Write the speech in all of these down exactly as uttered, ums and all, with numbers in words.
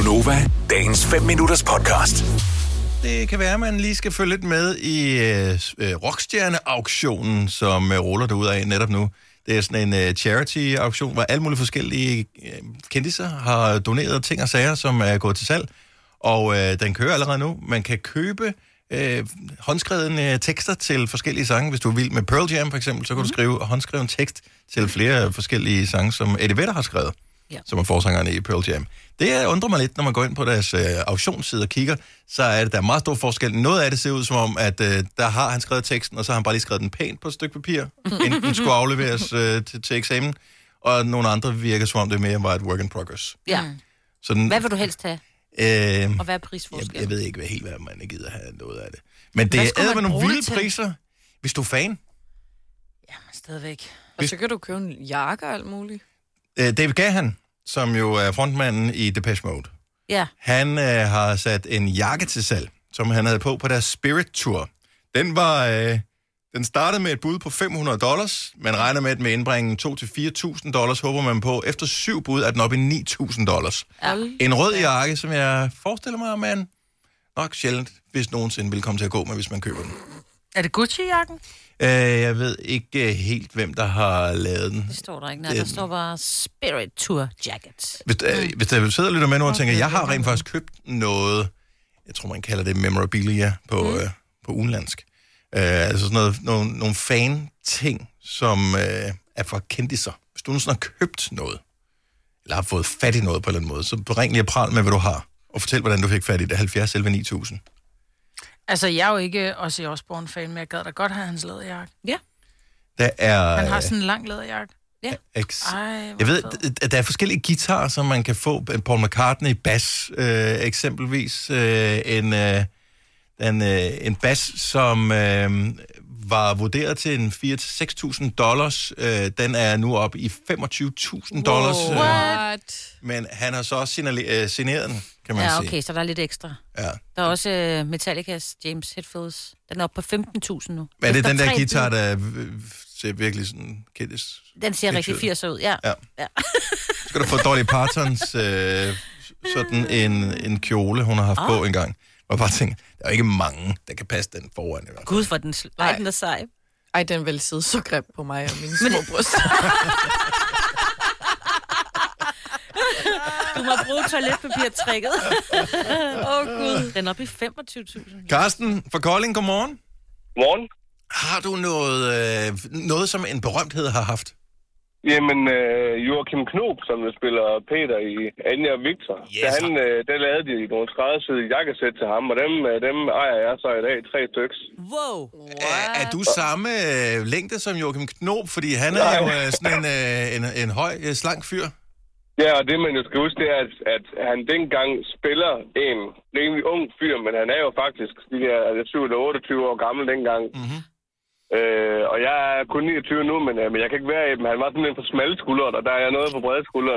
Gonova, dagens fem minutters podcast. Det kan være, at man lige skal følge lidt med i øh, rockstjerne-auktionen, som øh, ruller derudad netop nu. Det er sådan en øh, charity-auktion, hvor alle mulige forskellige øh, kendiser har doneret ting og sager, som er gået til salg. Og øh, den kører allerede nu. Man kan købe øh, håndskrevne tekster til forskellige sange. Hvis du er vild med Pearl Jam for eksempel, så kan mm. du skrive håndskreven tekst til flere forskellige sange, som Eddie Vedder har skrevet, ja. Som er forsangerne i Pearl Jam. Det undrer mig lidt, når man går ind på deres øh, auktionsside og kigger, så er det, der er meget stor forskel. Noget af det ser ud som om, at øh, der har han skrevet teksten, og så har han bare lige skrevet den pænt på et stykke papir, inden den skulle afleveres øh, til, til eksamen. Og nogle andre virker som om, det mere var et work in progress. Ja. Sådan, hvad vil du helst have? Øh, og hvad er prisforskellen? Jeg, jeg ved ikke hvad, helt, hvad man gider have noget af det. Men det er med nogle vilde priser, hvis du er fan. Ja, men stadigvæk. Og så kan du købe en jakke og alt muligt. Øh, David Gahan, som jo er frontmanden i Depeche Mode, ja. han øh, har sat en jakke til salg, som han havde på på deres Spirit Tour. Den var, øh, den startede med et bud på fem hundrede dollars. Man regner med, at med indbringen to til fire tusind dollars, håber man på. Efter syv bud er den oppe i ni tusind dollars. Ja. En rød jakke, som jeg forestiller mig, at man nok sjældent, hvis nogensinde vil komme til at gå med, hvis man køber den. Er det Gucci-jakken? Uh, jeg ved ikke helt, hvem der har lavet den. Det står der ikke. Nej, der står bare Spirit Tour Jacket. Hvis, uh, hvis der sidder og lytter med nu og tænker, jeg har rent faktisk købt noget, jeg tror, man kalder det memorabilia på, mm. uh, på udenlandsk. Uh, altså sådan noget, nogle, nogle fan-ting, som uh, er fra kendiser. Hvis du nogensinde har købt noget, eller har fået fat i noget på en eller anden måde, så ring lige og pral med, hvad du har, og fortæl, hvordan du fik fat i det. halvfjerds elleve ni tusind. Altså, jeg er jo ikke Ozzy Osbourne-fan, men jeg gad da godt have hans læderjakke. Ja. Der er... Han har sådan en lang læderjakke. Ja. Ex- Ej, jeg ved, at der er forskellige guitarer, som man kan få. Paul McCartney bass, øh, eksempelvis. Øh, en, øh, en, øh, en bass, som øh, var vurderet til en fire til seks tusind dollars. Øh, den er nu oppe i femogtyve tusind dollars. Wow. What? Men han har så også signale- øh, signeret den, kan man ja, sige. Ja, okay, så der er lidt ekstra. Ja. Der er også øh, Metallicas James Hetfields. Den er oppe på femten tusind nu. Men er det Efter den der tre guitar, bud. der ser virkelig sådan kendis? Den ser rigtig firs ud, ja. Ja. ja. Så skal du få Dolly Partons øh, sådan en, en kjole, hun har haft oh. på en gang. Og bare tænke, der er ikke mange, der kan passe den foran. Gud, for den, ej, den er sej. Ej, den vil sidde så grim på mig og mine små bryst. Du må bruge toiletpapirtrækket. Åh, oh, Gud. Den er oppe i femogtyve tusind. Carsten fra Kolding, godmorgen. Godmorgen. Har du noget, øh, noget, som en berømthed har haft? Jamen, øh, Joachim Knob, som spiller Peter i Anja og Victor, yes. han, øh, der lavede de nogle skræddersyede jakkesæt til ham, og dem, øh, dem ejer jeg så i dag, tre styks. Wow! Er, er du samme øh, længde som Joachim Knob? Fordi han er jo øh, sådan en, øh, en, en høj, øh, slank fyr. Ja, og det man jo skal huske, det er, at, at han dengang spiller en rimelig ung fyr, men han er jo faktisk de der syv eller otteogtyve år gammel dengang. Mm-hmm. Øh, og jeg er kun niogtyve nu, men, øh, men jeg kan ikke være i dem. Han var simpelthen på smalle skuldre, og der er jeg noget på brede skuldre.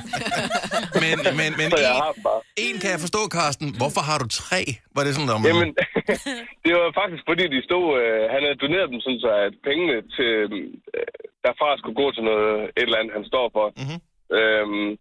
men men, men så jeg en, har bare. en kan jeg forstå, Carsten. Hvorfor har du tre? Var det sådan, der man... Jamen, det var faktisk fordi, de stod... Øh, han havde doneret dem sådan, så at pengene til, øh, derfra skulle gå til noget, et eller andet, han står for. Mm-hmm. Øhm,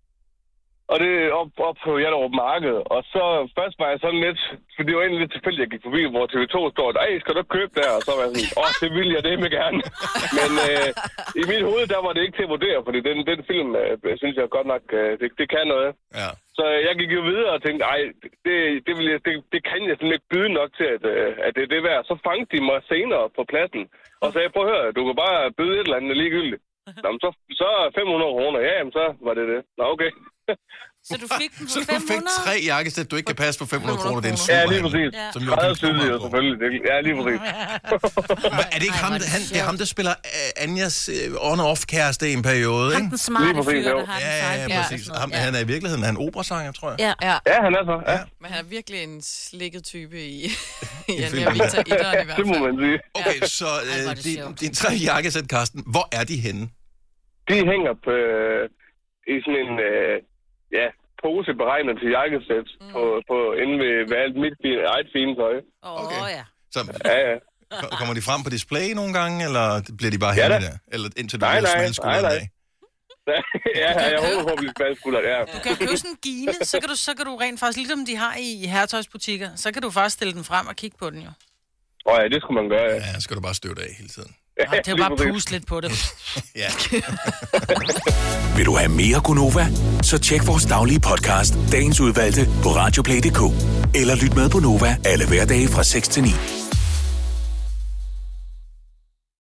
og det er op, op på Hjallerup Marked. Og så først var jeg sådan lidt, for det var egentlig lidt tilfældigt, jeg gik forbi, hvor T V to står, ej, skal du købe der? Og så var jeg sådan, åh, det vil jeg det med gerne. Men øh, i mit hoved, der var det ikke til at vurdere, fordi den, den film, øh, synes jeg godt nok, øh, det, det kan noget. Ja. Så jeg gik jo videre og tænkte, ej, det, det, vil jeg, det, det kan jeg simpelthen ikke byde nok til, at, øh, at det er det værd. Så fangede de mig senere på pladsen, og sagde, prøv at høre, du kan bare byde et eller andet ligegyldigt. Nå, så, så fem hundrede kroner, ja, jamen, så var det det. Nå, okay. Så du fik dem for fem hundrede? Så du fik tre jakkesæt, du ikke kan passe for fem hundrede kroner. Det er en super. Ja, lige præcis. Ja. Som Meget tydeligt, jo, selvfølgelig. Ja, lige præcis. Men er det ikke ham, han, det er ham, der spiller uh, Anjas uh, on-off-kæreste i en periode, ikke? Han den smarte fyr, der har ja, ja, ja, præcis. Ham, ja. Han er i virkeligheden han er operasanger, tror jeg. Ja, ja. ja han er så. Ja. Men han er virkelig en slikket type i, i Anja og Victor i hvert fald. Det må man sige. Okay, så uh, din, din tre jakkesæt, Carsten, hvor er de henne? De hænger på, øh, i sådan en, øh, ja, pose beregnet til jakkesæt mm. på, på inde ved, ved alt mit eget fine tøj. Åh, oh, okay. ja. Så, ja, ja. Kommer de frem på display nogle gange, eller bliver de bare ja, hængende der? Eller indtil du nej, bliver nej, smalskuldret af? ja, jeg håber på at blive smalskuldret, ja. Du kan købe sådan en gine, så kan, du, så kan du rent faktisk, ligesom de har i, i herretøjsbutikker, så kan du faktisk stille den frem og kigge på den jo. Åh oh, ja, det skulle man gøre, ja. Ja, skal du bare støve det af hele tiden. Ja, det er jo bare puste lidt på det. Ja. Vil du have mere Gunova? Så tjek vores daglige podcast, dagens udvalgte, på radioplay punktum d k. Eller lyt med på Nova alle hverdage fra seks til ni.